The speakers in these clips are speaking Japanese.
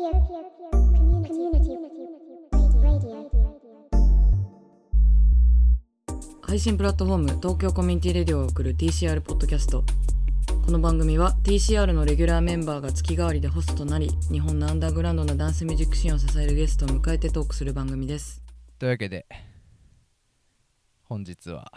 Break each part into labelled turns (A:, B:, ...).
A: 配信プラットフォーム東京コミュニティレディオを送る TCR ポッドキャスト。この番組は TCR のレギュラーメンバーが月替わりでホストとなり、日本のアンダーグラウンドのダンスミュージックシーンを支えるゲストを迎えてトークする番組です。
B: というわけで本日は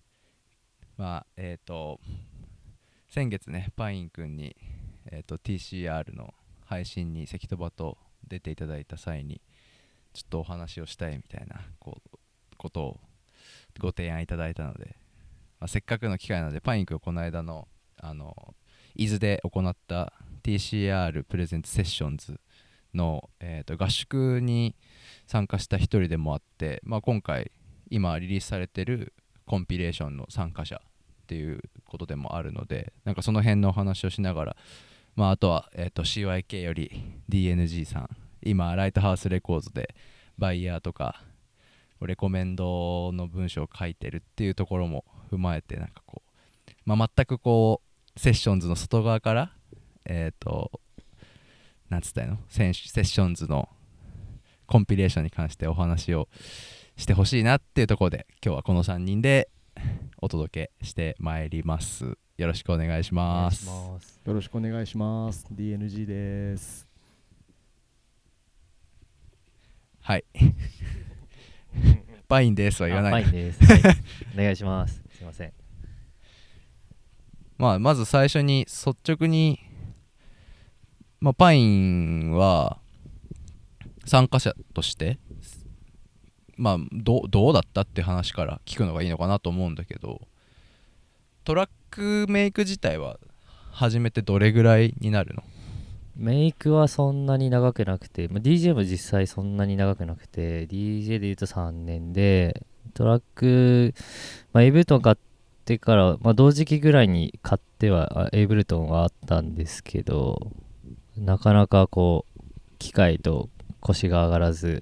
B: 先月ねパインくんに、TCR の配信に関戸場と出ていただいた際にちょっとお話をしたいみたいなことをご提案いただいたので、せっかくの機会なのでパインくんこの間の伊豆で行った TCR プレゼンツセッションズの、合宿に参加した一人でもあって、今回今リリースされてるコンピレーションの参加者っていうことでもあるので、なんかその辺のお話をしながら、あとは、CYK より DNG さん、今ライトハウスレコーズでバイヤーとかレコメンドの文章を書いてるっていうところも踏まえて、なんかこう、全くこうセッションズの外側からなんつったのセッションズのコンピレーションに関してお話をしてほしいなっていうところで、今日はこの3人でお届けしてまいります。よろしくお願いします。
C: よろしくお願いします。 DNG です。
B: はいパインですは言わない。
D: パインです、はい、お願いします。すいません。
B: まず最初に率直に、パインは参加者としてどうだったって話から聞くのがいいのかなと思うんだけど、トラックメイク自体は始めてどれぐらいになるの？
D: メイクはそんなに長くなくて、DJ も実際そんなに長くなくて、 DJ で言うと3年で、トラック、エイブルトン買ってから、同時期ぐらいに買ってはエイブルトンはあったんですけど、なかなかこう機械と腰が上がらず、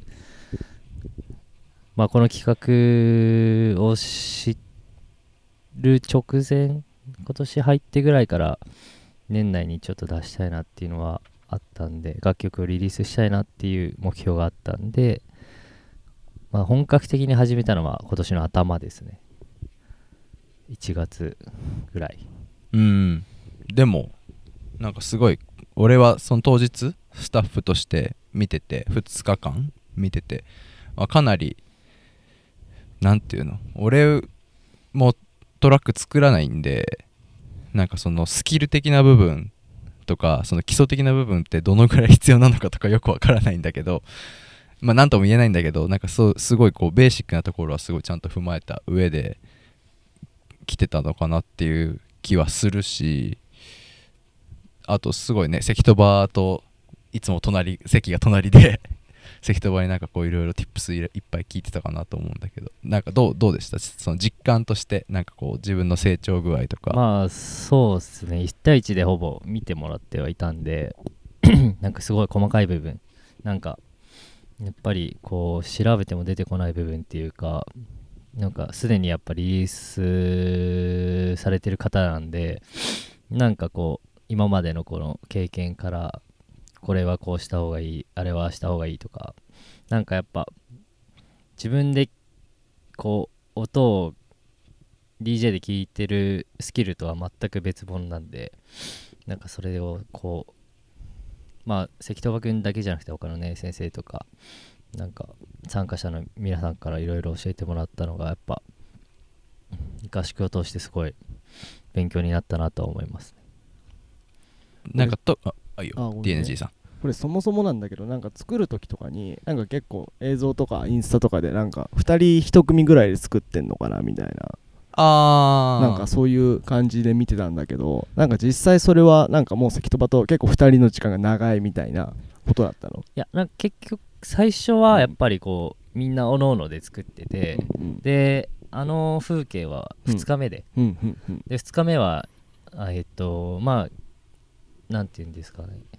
D: この企画を知る直前、今年入ってぐらいから年内にちょっと出したいなっていうのはあったんで、楽曲をリリースしたいなっていう目標があったんで、本格的に始めたのは今年の頭ですね。1月ぐらい。
B: でもなんかすごい、俺はその当日スタッフとして見てて、2日間見てて、かなりなんていうの、俺もトラック作らないんで、なんかそのスキル的な部分とかその基礎的な部分ってどのぐらい必要なのかとかよくわからないんだけど、なんとも言えないんだけど、なんかすごいこうベーシックなところはすごいちゃんと踏まえた上で来てたのかなっていう気はするし、あとすごいね、関戸場といつも席が隣で関戸場になんかこういろいろ tips いっぱい聞いてたかなと思うんだけど、なんかどうでした？その実感として、なんかこう自分の成長具合とか。
D: そうですね、1対1でほぼ見てもらってはいたんでなんかすごい細かい部分、なんかやっぱりこう調べても出てこない部分っていうか、なんかすでにやっぱりリリースされてる方なんで、なんかこう今までのこの経験から、これはこうした方がいい、あれはした方がいいとか、なんかやっぱ自分でこう音を DJ で聴いてるスキルとは全く別物なんで、なんかそれをこう関戸場くんだけじゃなくて他のね先生とか、なんか参加者の皆さんからいろいろ教えてもらったのが、やっぱ合宿を通してすごい勉強になったなと思います。
B: なんかいいよ DNG さん。
C: これそもそもなんだけど、なんか作る時とかになんか結構映像とかインスタとかでなんか2人1組ぐらいで作ってんのかなみたいな、なんかそういう感じで見てたんだけど、なんか実際それはなんかもう関戸場と結構2人の時間が長いみたいなことだったの？
D: いや、なんか結局最初はやっぱりこうみんなおのおので作ってて、で風景は2日目で、で2日目はなんていうんですかね、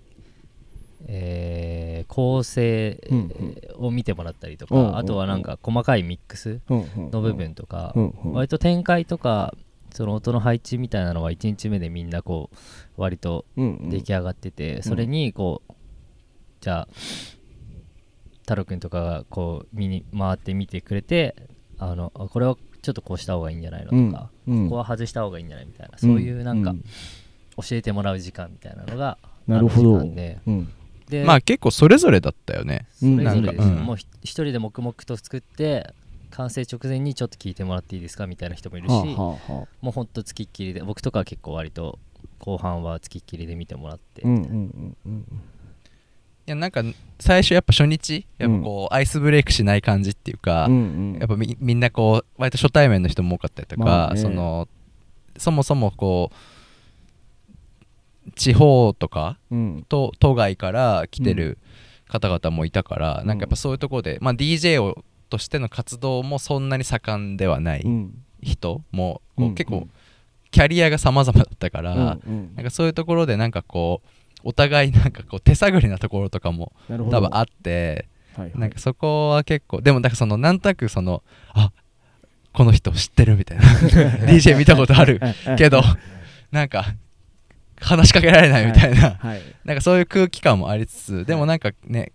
D: 構成を見てもらったりとか、あとはなんか細かいミックスの部分とか、割と展開とかその音の配置みたいなのは1日目でみんなこう割と出来上がってて、それにこうじゃあ太郎くんとかがこう見に回って見てくれて、これはちょっとこうした方がいいんじゃないのとか、ここは外した方がいいんじゃないみたいな、そういうなんか教えてもらう時間みたいなのが
C: なるほど。
D: で
B: まあ結構それぞれだったよね。
D: それぞれです、
B: なんか
D: もう一人で黙々と作って完成直前にちょっと聞いてもらっていいですかみたいな人もいるし、もうほんと付きっきりで、僕とかは結構割と後半は付きっきりで見てもらってみたいな。
B: いやなんか最初やっぱ初日やっぱこうアイスブレイクしない感じっていうか、やっぱみんなこう割と初対面の人も多かったりとか、そもそもこう地方とか、都外から来てる方々もいたから、なんかやっぱそういうところで、まあ、DJ としての活動もそんなに盛んではない人も、こう結構キャリアが様々だったから、なんかそういうところでなんかこうお互いなんかこう手探りなところとかも多分あって、なんかそこは結構でもなんかそのなんとなくそのこの人知ってるみたいなDJ 見たことあるけどなんか話しかけられないみたいな、なんかそういう空気感もありつつ、でもなんかね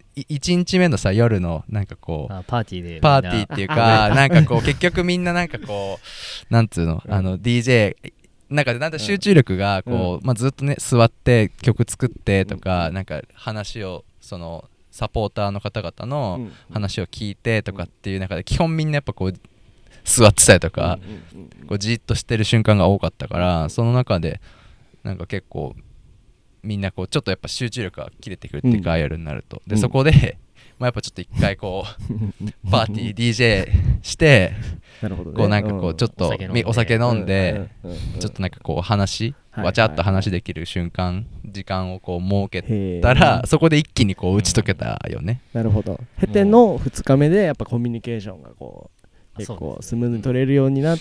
B: 1日目のさ夜のなんかこう
D: パーティ
B: ーっていうかなんかこう結局みんななんかこうなんつうのDJなんか集中力がこう、ずっとね座って曲作ってとか、なんか話をそのサポーターの方々の話を聞いてとかっていう中で基本みんなやっぱこう座ってたりとか、こうじっとしてる瞬間が多かったから、その中でなんか結構みんなこうちょっとやっぱ集中力が切れてくるっていうか、夜になるとでそこでやっぱちょっと一回こうパーティー DJ してこうなんかこうちょっとお酒飲んでちょっとなんかこうわちゃっと話できる時間をこう設けたら、そこで一気にこう打ち解けたよね。
C: なるほど。経ての2日目でやっぱコミュニケーションがこう結構スムーズに取れるようになって、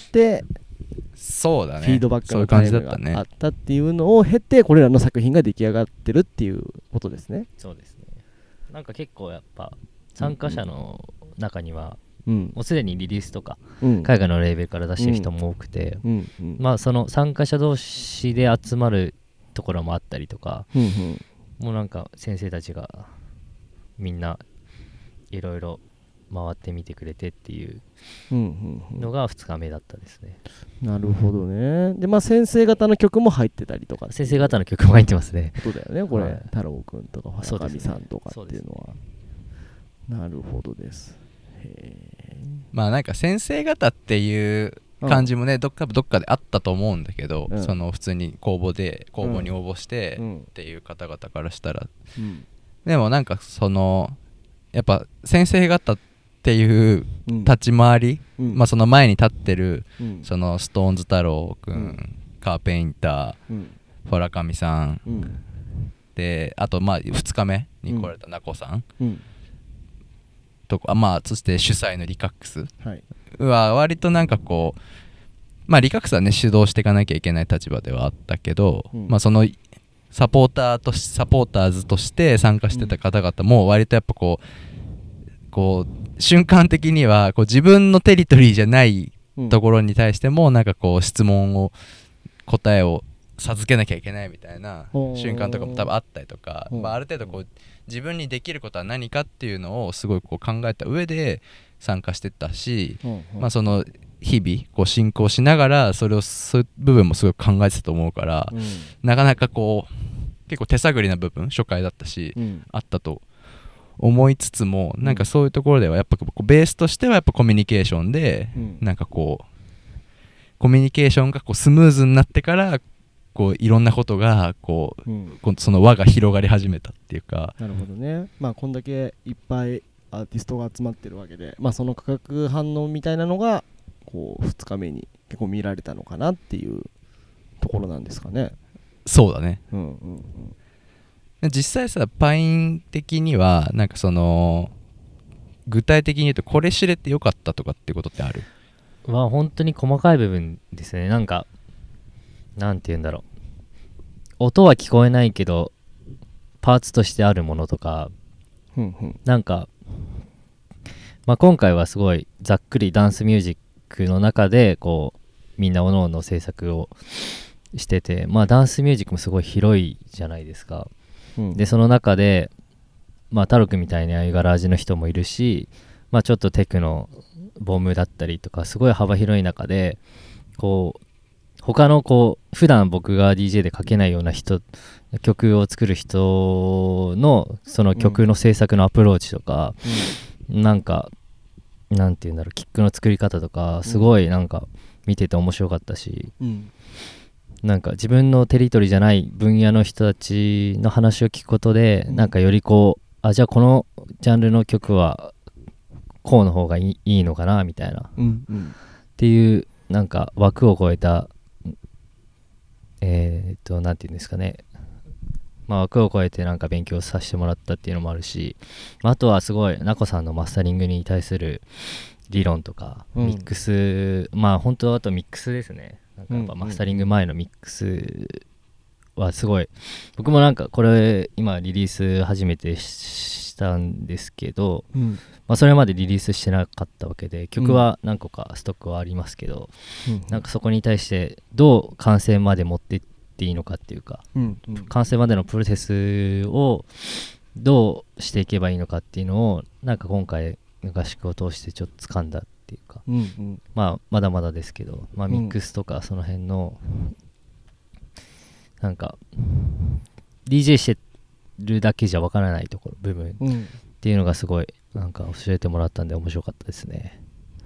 B: そうだね、
C: フィードバックのタイムがあったっていうのを経てこれらの作品が出来上がってるっていうことですね。
D: そうですね。なんか結構やっぱ参加者の中には、もうすでにリリースとか、海外のレーベルから出してる人も多くて、まあその参加者同士で集まるところもあったりとか、もうなんか先生たちがみんないろいろ回ってみてくれてっていうのが2日目だったですね。
C: なるほどね。でまあ先生方の曲も入ってたりとか、
D: 先生方の曲も入ってますね。
C: そうだよねこれ、太郎くんとか原上さんとかっていうのは。なるほどです。
B: まあなんか先生方っていう感じもね、どっかであったと思うんだけど、その普通に公募に応募してっていう方々からしたら、でもなんかそのやっぱ先生方っていう立ち回り、まあその前に立ってるそのストーンズ太郎くん、カーペインター、ファラカミさんで、あとまあ2日目に来られたナコさんとか、まあそして主催のリカックスは割となんかこう、まあリカックスはね主導していかなきゃいけない立場ではあったけど、まあそのサポーターズとして参加してた方々も割とやっぱこう瞬間的にはこう自分のテリトリーじゃないところに対してもなんかこう質問を答えを授けなきゃいけないみたいな瞬間とかも多分あったりとか、まあ、ある程度こう自分にできることは何かっていうのをすごいこう考えた上で参加してたし、まあその日々こう進行しながらそういう部分もすごい考えてたと思うから、なかなかこう結構手探りな部分初回だったし、あったと思いつつも、なんかそういうところではやっぱベースとしてはやっぱコミュニケーションで、なんかこうコミュニケーションがこうスムーズになってからこういろんなことがこう、その輪が広がり始めたっていうか。
C: なるほどね。まあこんだけいっぱいアーティストが集まってるわけで、まあその化学反応みたいなのがこう2日目に結構見られたのかなっていうところなんですかね。
B: そうだね。実際さパイン的にはなんかその具体的に言うとこれ知れてよかったとかっていうことってある？
D: 本当に細かい部分ですね。なんかなんて言うんだろう、音は聞こえないけどパーツとしてあるものとか、なんか、まあ、今回はすごいざっくりダンスミュージックの中でこうみんなおのおの制作をしてて、まあダンスミュージックもすごい広いじゃないですか。でその中でまあタロ君みたいにああいうガラージの人もいるし、まあちょっとテクノボムだったりとかすごい幅広い中でこう他のこう普段僕が DJ でかけないような人、曲を作る人のその曲の制作のアプローチとか、なんかなんていうんだろう、キックの作り方とかすごいなんか見てて面白かったし、なんか自分のテリトリーじゃない分野の人たちの話を聞くことで、なんかよりこうじゃあこのジャンルの曲はこうの方がいいのかなみたいな、っていうなんか枠を超えたなんていうんですかね、まあ枠を超えてなんか勉強させてもらったっていうのもあるし、あとはすごいナコさんのマスタリングに対する理論とか、ミックス、まあ本当はあとミックスですね。なんかやっぱマスタリング前のミックスはすごい、僕もなんかこれ今リリース初めてしたんですけど、まあそれまでリリースしてなかったわけで、曲は何個かストックはありますけど、なんかそこに対してどう完成まで持っていっていいのかっていうか、完成までのプロセスをどうしていけばいいのかっていうのをなんか今回合宿を通してちょっと掴んだっていうか、まあまだまだですけど、まあミックスとかその辺のなんか DJ してるだけじゃわからないところ部分っていうのがすごいなんか教えてもらったんで面白かったですね。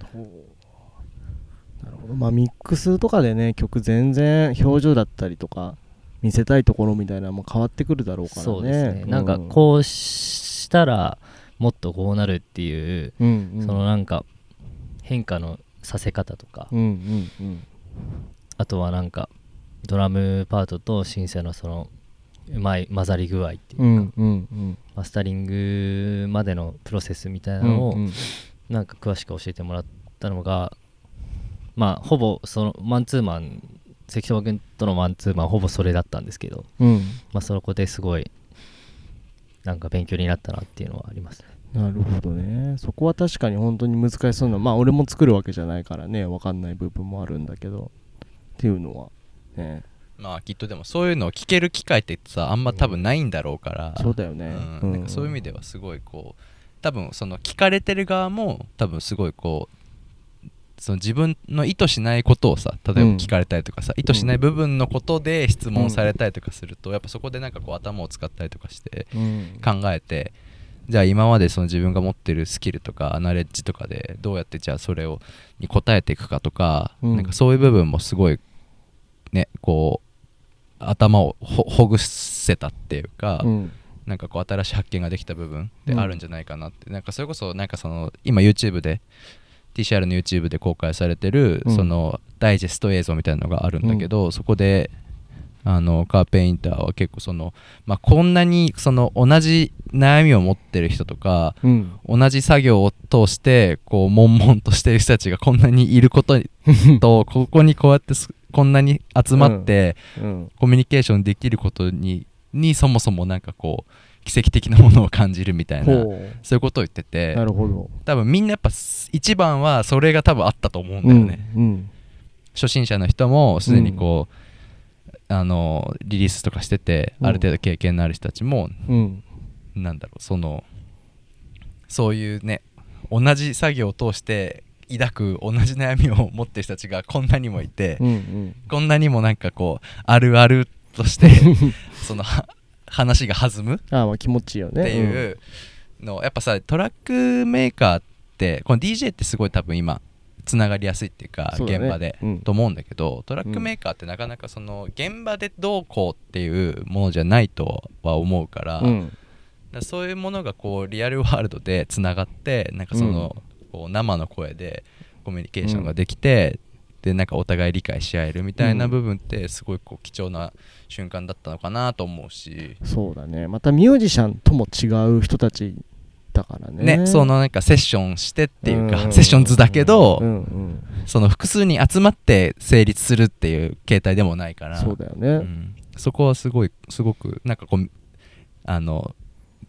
C: なるほど。まあミックスとかでね、曲全然表情だったりとか見せたいところみたいなのも変わってくるだろうからね。
D: そうですね、なんかこうしたらもっとこうなるっていう、そのなんか変化のさせ方とか、あとはなんかドラムパートとシンセのそのうまい混ざり具合っていうか、マスタリングまでのプロセスみたいなのをなんか詳しく教えてもらったのが、まあほぼそのマンツーマン、関戸君とのマンツーマンほぼそれだったんですけど、まあそこですごいなんか勉強になったなっていうのはありますね。
C: なるほどね。そこは確かに本当に難しそうな、まあ俺も作るわけじゃないからね、分かんない部分もあるんだけどっていうのはね。
B: まあきっとでもそういうのを聞ける機会ってさあんま多分ないんだろうから、
C: そうだよね、
B: なんかそういう意味ではすごいこう多分その聞かれてる側も多分すごいこうその自分の意図しないことをさ、例えば聞かれたりとかさ、意図しない部分のことで質問されたりとかすると、やっぱそこでなんかこう頭を使ったりとかして考えて、じゃあ今までその自分が持ってるスキルとかナレッジとかでどうやってじゃあそれに応えていくかとか、なんかそういう部分もすごいねこう頭をほぐせたっていうか、なんかこう新しい発見ができた部分であるんじゃないかなって、なんかそれこそなんかその今 YouTube で TCR の YouTube で公開されてるそのダイジェスト映像みたいなのがあるんだけど、そこでカーペインターは結構その、まあ、こんなにその同じ悩みを持ってる人とか、同じ作業を通してこう悶々としてる人たちがこんなにいることとここにこうやってこんなに集まってコミュニケーションできることにそもそもなんかこう奇跡的なものを感じるみたいな、そういうことを言ってて、
C: なるほど。
B: 多分みんなやっぱ一番はそれが多分あったと思うんだよね、初心者の人もすでにこう、リリースとかしてて、ある程度経験のある人たちも、なんだろうそういうね同じ作業を通して抱く同じ悩みを持ってる人たちがこんなにもいて、こんなにもなんかこうあるあるとしてその話が弾む
C: まあ気持ちいいよね
B: っていうの、やっぱさトラックメーカーってこの DJ ってすごい多分今つながりやすいっていうか現場で、と思うんだけど、トラックメーカーってなかなかその現場でどうこうっていうものじゃないとは思うから、そういうものがこうリアルワールドでつながってなんかその、こう生の声でコミュニケーションができて、でなんかお互い理解し合えるみたいな部分ってすごいこう貴重な瞬間だったのかなと思うし、
C: そうだね。またミュージシャンとも違う人たちだからね。
B: そのなんかセッションしてっていうか、セッション図だけど、その複数に集まって成立するっていう形態でもないから、
C: そうだよね、
B: そこはすごくなんかこう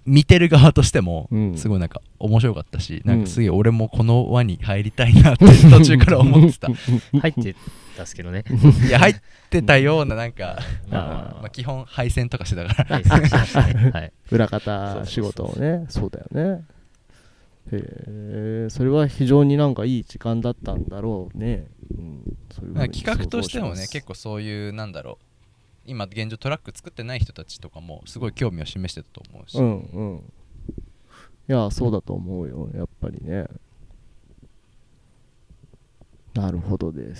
B: 見てる側としても
C: うん
B: すごいなんか面白かったし、なんかすげえ俺もこの輪に入りたいなって途中から思ってた
D: 入ってたっすけどね。
B: いや入ってたようななんか
D: まあ
B: 基本配線とかしてたから
D: はいはいはい
C: 裏方仕事をね。そうだよね。へえ、それは非常になんかいい時間だったんだろうね。そういう風に
B: 企画としてもね
C: 想像します
B: 結構そういうなんだろう、今現状トラック作ってない人たちとかもすごい興味を示してたと思うし、
C: いやそうだと思うよやっぱりね。なるほどです。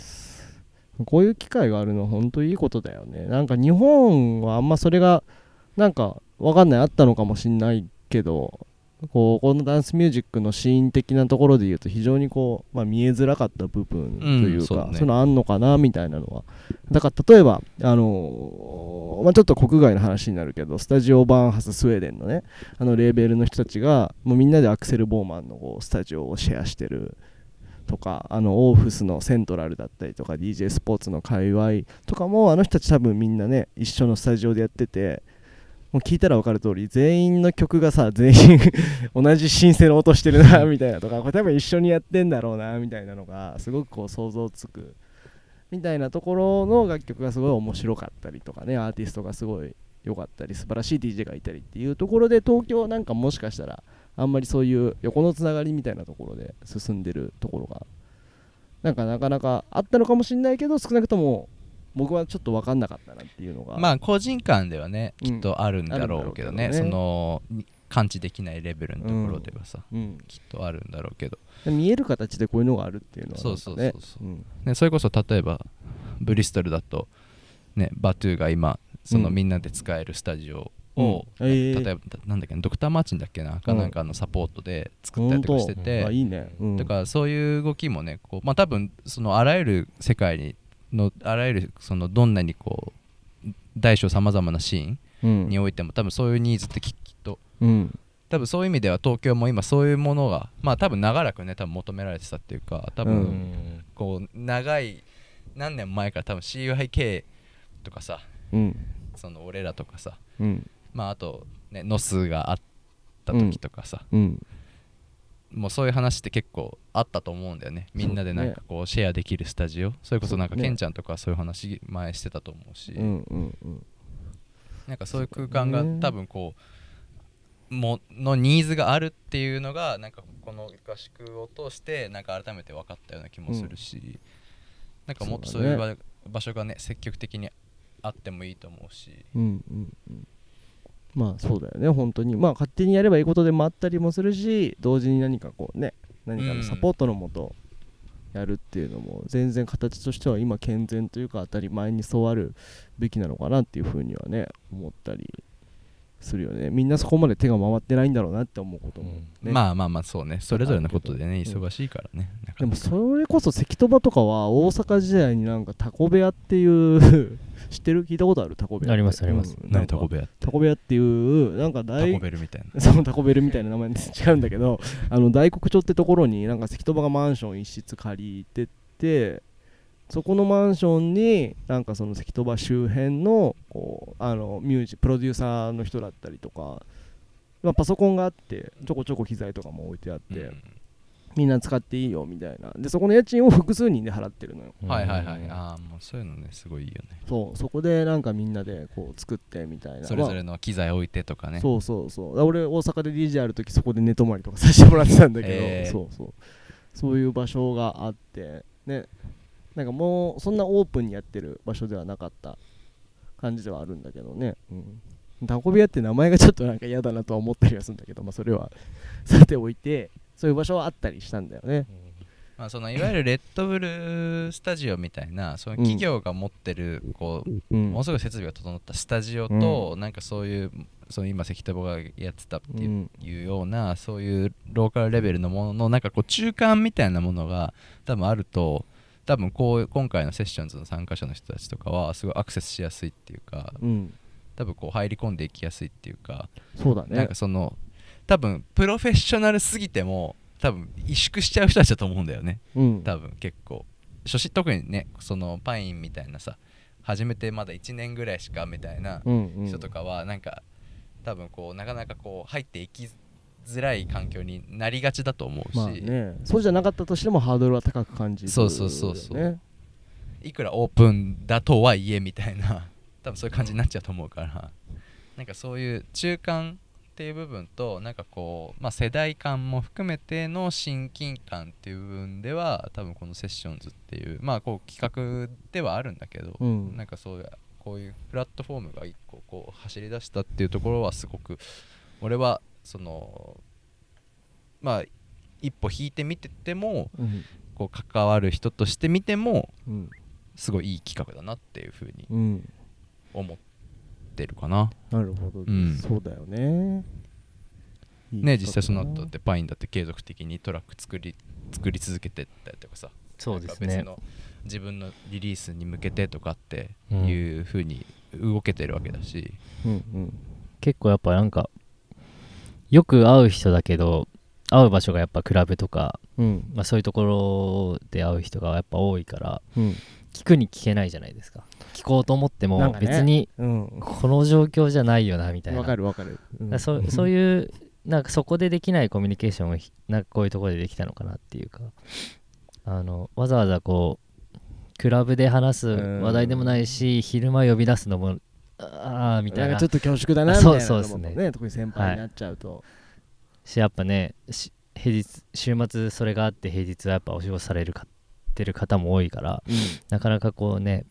C: こういう機会があるのは本当にいいことだよね。なんか日本はあんまそれがなんかわかんないあったのかもしんないけど、このダンスミュージックのシーン的なところで言うと非常に見えづらかった部分というか、そういうのあんのかなみたいなのは。だから例えばちょっと国外の話になるけど、スタジオバーンハススウェーデンのねレーベルの人たちがもうみんなでアクセル・ボーマンのスタジオをシェアしてるとか、オーフスのセントラルだったりとか DJ スポーツの界隈とかも人たち多分みんなね一緒のスタジオでやってて、もう聞いたら分かる通り全員の曲がさ全員同じシンセの音してるなみたいなとか、これ多分一緒にやってんだろうなみたいなのがすごく想像つくみたいなところの楽曲がすごい面白かったりとかね、アーティストがすごい良かったり素晴らしい DJ がいたりっていうところで、東京なんかもしかしたらあんまりそういう横のつながりみたいなところで進んでるところがなかなかあったのかもしれないけど、少なくとも僕はちょっと分かんなかったなっていうのが、
B: まあ個人間ではねきっとあるんだろうけどね、その感知できないレベルのところではさ、きっとあるんだろうけど、
C: 見える形でこういうのがあるっていうのは
B: そうそうそうそう、ね、それこそ例えばブリストルだとねバトゥーが今そのみんなで使えるスタジオを、例えばなんだっけドクターマーチンだっけな、なんかのサポートで作ったりとかしてて、
C: いいね、
B: だからそういう動きもね多分そのあらゆる世界のあらゆるそのどんなに大小さまざまなシーンにおいても多分そういうニーズってきっと、多分そういう意味では東京も今そういうものが多分長らくね多分求められてたっていうか、多分長い何年前から多分 CYK とかさ、その俺らとかさ、あとねノスがあった時とかさ、もうそういう話って結構あったと思うんだよね。みんなでなんかシェアできるスタジオ、それこそなんかケンちゃんとかそういう話前してたと思うし、なんかそういう空間が多分のニーズがあるっていうのがなんかこの合宿を通してなんか改めて分かったような気もするし、なんかもっとそういう場所がね積極的にあってもいいと思うし、
C: まあそうだよね本当に、勝手にやればいいことでもあったりもするし、同時に何か何かのサポートのもとやるっていうのも全然形としては今健全というか当たり前にそうあるべきなのかなっていうふうにはね思ったりするよね。みんなそこまで手が回ってないんだろうなって思うことも、ね、
B: まあそうね、それぞれのことでね忙しいからね。
C: でもそれこそ関戸場とかは大阪時代になんかタコ部屋っていう知ってる？聞いたことある？タコ部屋
D: ありますあります。
B: 何タコ部屋って？
C: タコ部屋っていうなんか
B: タコベルみたいな
C: そうタコベルみたいな名前で違うんだけど大黒町ってところになんか関戸場がマンション一室借りてて、そこのマンションになんかその関戸場周辺のミュージプロデューサーの人だったりとか、パソコンがあってちょこちょこ機材とかも置いてあって、みんな使っていいよみたいなで、そこの家賃を複数人で払ってるのよ。
B: はいはいはい、ああもうそういうのねすごいいいよね。
C: そこでなんかみんなで作ってみたいな、
B: それぞれの機材置いてとかね。
C: そう俺大阪で DJ あるときそこで寝泊まりとかさせてもらってたんだけど、そういう場所があってね、なんかもうそんなオープンにやってる場所ではなかった感じではあるんだけどね、タコ部屋って名前がちょっとなんか嫌だなとは思ったりはするんだけど、それはさておいてそういう場所はあったりしたんだよね。
B: そのいわゆるレッドブルスタジオみたいなその企業が持ってるものすごい設備が整ったスタジオと、なんかそういうその今関戸場がやってたっていうようなそういうローカルレベルのもののなんか中間みたいなものが多分あると、多分今回のセッションズの参加者の人たちとかはすごいアクセスしやすいっていうか、多分入り込んでいきやすいっていうか、
C: そうだね。
B: なんか多分プロフェッショナルすぎても多分萎縮しちゃう人たちだと思うんだよね、多分結構特にねそのパインみたいなさ始めてまだ1年ぐらいしかみたいな人とかはなんか多分こうなかなかこう入っていきづらい環境になりがちだと思うし、
C: まあね、そうじゃなかったとしてもハードルは高く感じる、ね、
B: そういくらオープンだとはいえみたいな多分そういう感じになっちゃうと思うからなんかそういう中間っていう部分となんかこう、まあ、世代間も含めての親近感っていう部分では多分このセッションズっていうまあこう企画ではあるんだけど、なんかそういうこういうプラットフォームが一個こう走り出したっていうところはすごく俺はそのまあ一歩引いてみてても、こう関わる人として見ても、すごいいい企画だなっていうふうに思ってるかな。
C: なるほど、そうだよね。
B: ね、実際その後ってパインだって継続的にトラック作り続けてったりとかさ、
D: そうですね、
B: 別の自分のリリースに向けてとかっていう風に動けてるわけだし、
D: 結構やっぱなんかよく会う人だけど会う場所がやっぱクラブとか、まあ、そういうところで会う人がやっぱ多いから、聞くに聞けないじゃないですか。聞こうと思っても別にこの状況じゃないよなみたいな。
C: わかるわかる、
D: そういうなんかそこでできないコミュニケーションをなんかこういうところでできたのかなっていうか、わざわざこうクラブで話す話題でもないし、昼間呼び出すのもみたいな、
C: ちょっと恐縮だなみたいなのも
D: そうです
C: ね、特に先輩になっちゃうと、
D: やっぱね平日週末それがあって平日はやっぱお仕事されるてる方も多いから、なかなかこうね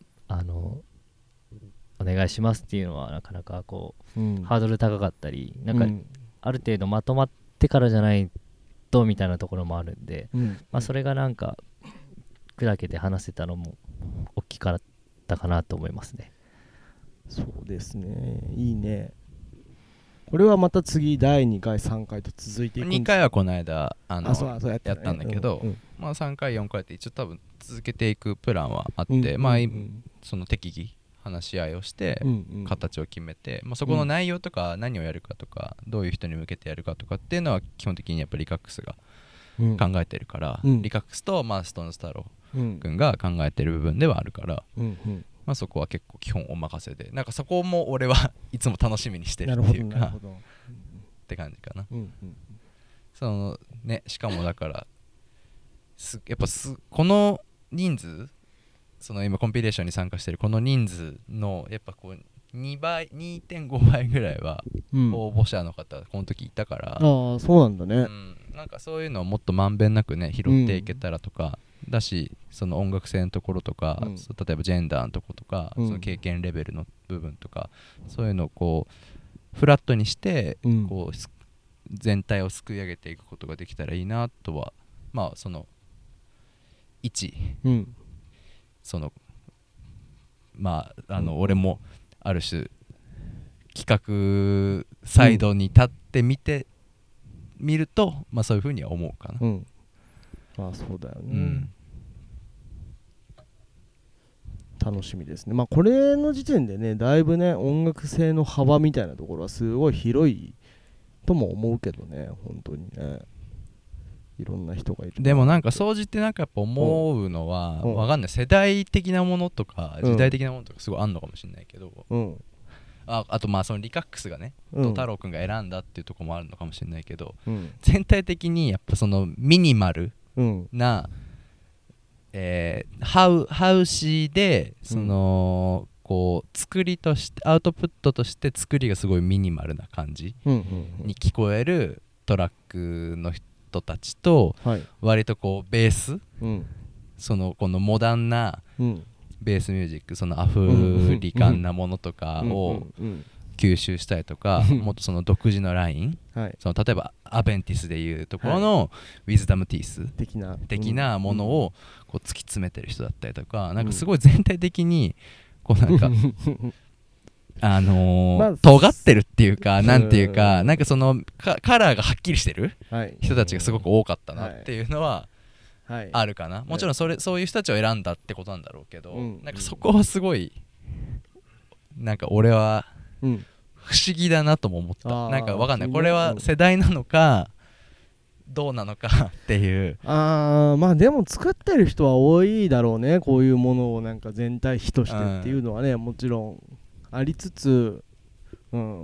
D: お願いしますっていうのはなかなかこう、ハードル高かったりなんか、ある程度まとまってからじゃないとみたいなところもあるんで、まあ、それがなんか砕けて話せたのも大きかったかなと思いますね。
C: そうですね、いいね。これはまた次第2回3回と続いていくんですか。
B: 2回はこの間
C: そうや
B: ったんだけど、まあ、3回4回って一応多分続けていくプランはあって、まあその適宜話し合いをして形を決めて、まあ、そこの内容とか何をやるかとかどういう人に向けてやるかとかっていうのは基本的にやっぱりリカックスが考えてるから、リカックスとまあストーンス太郎君が考えてる部分ではあるから、まあ、そこは結構基本お任せで、なんかそこも俺はいつも楽しみにしてるっていうかって感じかな。そのね、しかもだからやっぱこの人数、その今コンピレーションに参加してるこの人数のやっぱこう2.5 倍ぐらいは応募者の方がこの時いたから、
C: そうなんだね、
B: なんかそういうのをもっとまんべんなくね拾っていけたらとか、だしその音楽性のところとか、例えばジェンダーのところとか、その経験レベルの部分とか、そういうのをこうフラットにして、こう全体をすくい上げていくことができたらいいなとは、まあそのそのまあ俺もある種企画サイドに立ってみると、まあそういうふうには思うかな。
C: そうだよね、楽しみですね。まあこれの時点でね、だいぶね音楽性の幅みたいなところはすごい広いとも思うけどね、本当にね、いろんな人がいる。
B: でもなんか総じてなんかやっぱ思うのは、わかんない、世代的なものとか時代的なものとかすごいあんのかもしれないけど、あとまあそのリカックスがね、太郎くんが選んだっていうところもあるのかもしれないけど、全体的にやっぱそのミニマルな、ハウシーでその、こう作りとしてアウトプットとして作りがすごいミニマルな感じに聞こえるトラックの人たちと、割とこうベース、そのこのモダンなベースミュージック、そのアフリカンなものとかを吸収したりとか、もっとその独自のライン、その例えばアベンティスでいうところのウィズダムティース的なものをこう突き詰めてる人だったりとか、なんかすごい全体的にこうなんか尖ってるっていうか、なんていうか、なんかそのカラーがはっきりしてる人たちがすごく多かったなっていうのはあるかな。もちろんそういう人たちを選んだってことなんだろうけど、なんかそこはすごいなんか俺は不思議だなとも思った。なんかわかんない、これは世代なのかどうなのかっていう。
C: まあでも作ってる人は多いだろうね、こういうものをなんか全体比としてっていうのはね、もちろんありつつ、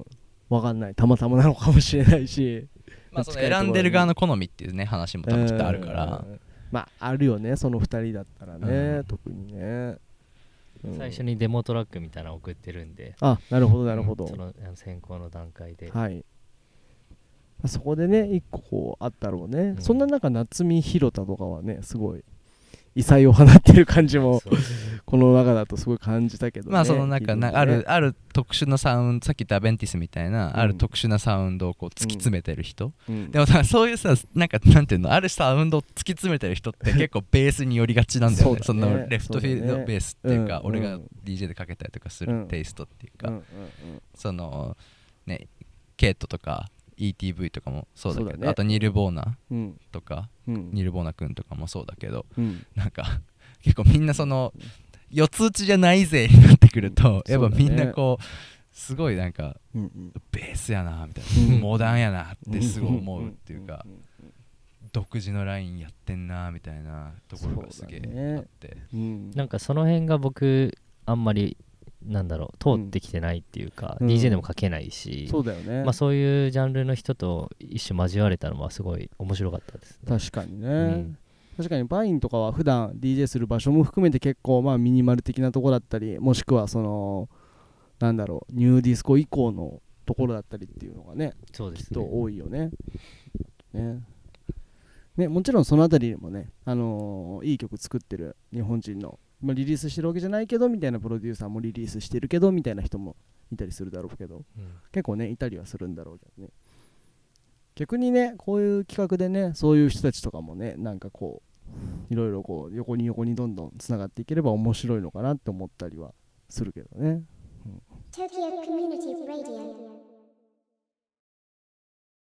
C: わかんない、たまたまなのかもしれないし、
B: まあその選んでる側の好みっていうね話も多分きっとあるから、
C: まああるよね、その2人だったらね、特にね、
D: 最初にデモトラックみたいなの送ってるんで、
C: あ、なるほどなるほど、
D: その選考の段階で、
C: はい、そこでね1個こうあったろうね、
D: うん、
C: そんな中夏見広田とかはねすごい異彩を放ってる感じもこの中だとすごい感じたけどね。
B: まあそのなんか、ね、ある特殊なサウンド、さっき言ったアベンティスみたいな、ある特殊なサウンドをこう突き詰めてる人、でもさ、そういうさ、なんかなんていうの、あるサウンドを突き詰めてる人って結構ベースに寄りがちなんだよね。そのレフトフィールドベースっていうか、俺が DJ でかけたりとかするテイストっていうか、そのね、ケイトとかETV とかもそうだけど、あとニルボーナとか、ニルボーナ君とかもそうだけど、なんか結構みんなその四つ打ちじゃないぜになってくると、やっぱみんなこうすごいなんかベースやなみたいな、モダンやなってすごい思うっていうか、独自のラインやってんなみたいなところがすげえあって、
D: なんかその辺が僕あんまりなんだろう通ってきてないっていうか、DJ でも書けないし、
C: そうだよね、
D: まあ、そういうジャンルの人と一種交われたのはすごい面白かったですね。
C: 確かにね、確かにバインとかは普段 DJ する場所も含めて結構まあミニマル的なところだったり、もしくはそのなんだろうニューディスコ以降のところだったりっていうのがね、
D: そうですね、
C: きっと多いよね。ね、もちろんそのあたりにもね、いい曲作ってる日本人の、まあ、リリースしてるわけじゃないけどみたいなプロデューサーもリリースしてるけどみたいな人もいたりするだろうけど、結構ねいたりはするんだろうけどね。逆にねこういう企画でねそういう人たちとかもねなんかこういろいろこう横にどんどんつながっていければ面白いのかなって思ったりはするけどね。Tokyo Community Radio